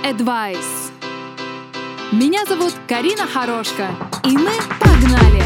Advice. Меня зовут Карина Хорошка, и мы погнали!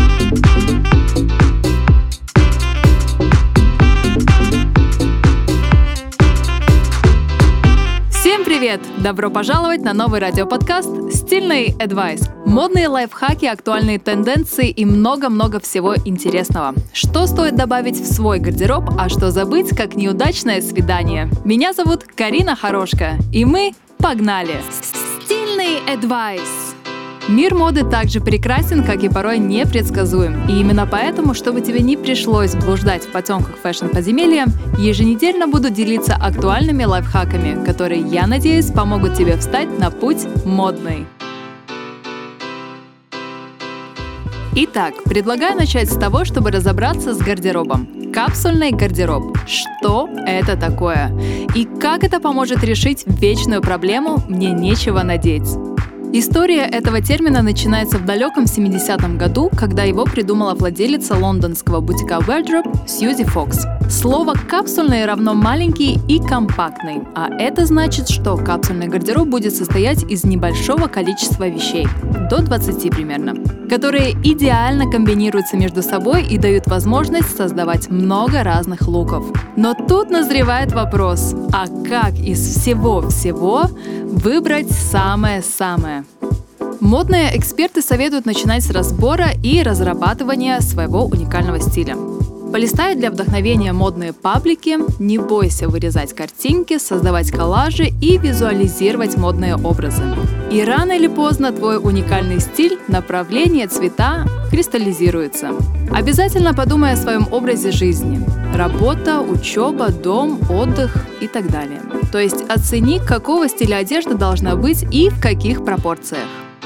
Всем привет! Добро пожаловать на новый радиоподкаст «Стильный Advice». Модные лайфхаки, актуальные тенденции и много-много всего интересного. Что стоит добавить в свой гардероб, а что забыть, как неудачное свидание. Меня зовут Карина Хорошка, и мы погнали! Стильный Advice. Мир моды также прекрасен, как и порой непредсказуем. И именно поэтому, чтобы тебе не пришлось блуждать в потемках фэшн-подземелья, еженедельно буду делиться актуальными лайфхаками, которые, я надеюсь, помогут тебе встать на путь модный. Итак, предлагаю начать с того, чтобы разобраться с гардеробом. Капсульный гардероб. Что это такое? И как это поможет решить вечную проблему «мне нечего надеть»? История этого термина начинается в далеком 70-м году, когда его придумала владелица лондонского бутика Wardrobe Сьюзи Фокс. Слово «капсульный» равно «маленький» и «компактный», а это значит, что капсульный гардероб будет состоять из небольшого количества вещей, до 20 примерно, которые идеально комбинируются между собой и дают возможность создавать много разных луков. Но тут назревает вопрос, а как из всего-всего выбрать самое-самое? Модные эксперты советуют начинать с разбора и разрабатывания своего уникального стиля. Полистай для вдохновения модные паблики, не бойся вырезать картинки, создавать коллажи и визуализировать модные образы. И рано или поздно твой уникальный стиль, направление, цвета кристаллизируется. Обязательно подумай о своем образе жизни. Работа, учеба, дом, отдых и так далее. То есть оцени, какого стиля одежда должна быть и в каких пропорциях.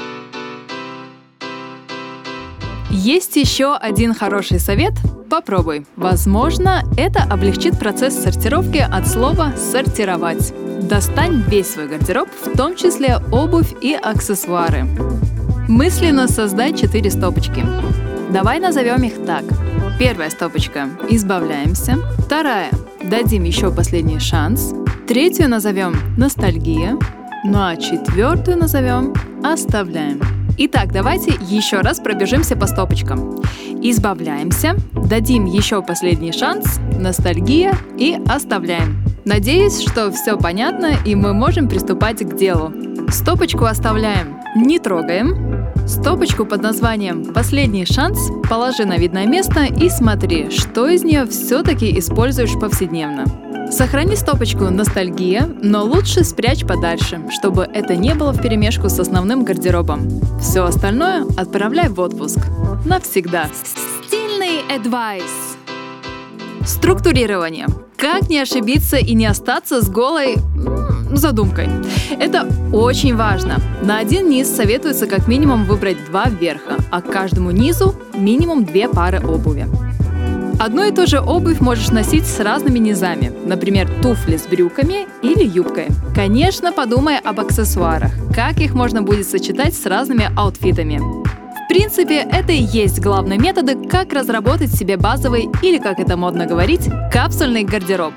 Есть еще один хороший совет. Попробуй. Возможно, это облегчит процесс сортировки от слова «сортировать». Достань весь свой гардероб, в том числе обувь и аксессуары. Мысленно создай 4 стопочки. Давай назовем их так. Первая стопочка – избавляемся. Вторая – дадим еще последний шанс. Третью назовем ностальгия. Ну а четвертую назовем оставляем. Итак, давайте еще раз пробежимся по стопочкам. Избавляемся, дадим еще последний шанс, ностальгия и оставляем. Надеюсь, что все понятно и мы можем приступать к делу. Стопочку оставляем, не трогаем. Стопочку под названием «Последний шанс» положи на видное место и смотри, что из нее все-таки используешь повседневно. Сохрани стопочку «Ностальгия», но лучше спрячь подальше, чтобы это не было вперемешку с основным гардеробом. Все остальное отправляй в отпуск. Навсегда. Стильный Advice. Структурирование. Как не ошибиться и не остаться с голой задумкой? Это очень важно. На один низ советуется как минимум выбрать 2 верха, а к каждому низу минимум 2 пары обуви. Одну и ту же обувь можешь носить с разными низами, например, туфли с брюками или юбкой. Конечно, подумай об аксессуарах, как их можно будет сочетать с разными аутфитами. В принципе, это и есть главные методы, как разработать себе базовый, или, как это модно говорить, капсульный гардероб.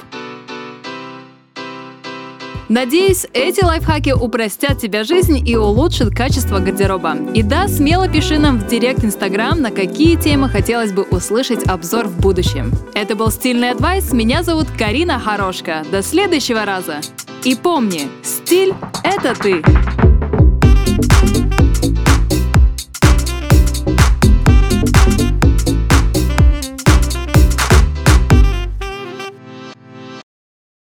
Надеюсь, эти лайфхаки упростят тебе жизнь и улучшат качество гардероба. И да, смело пиши нам в директ Инстаграм, на какие темы хотелось бы услышать обзор в будущем. Это был Стильный Advice, меня зовут Карина Хорошка. До следующего раза! И помни, стиль – это ты!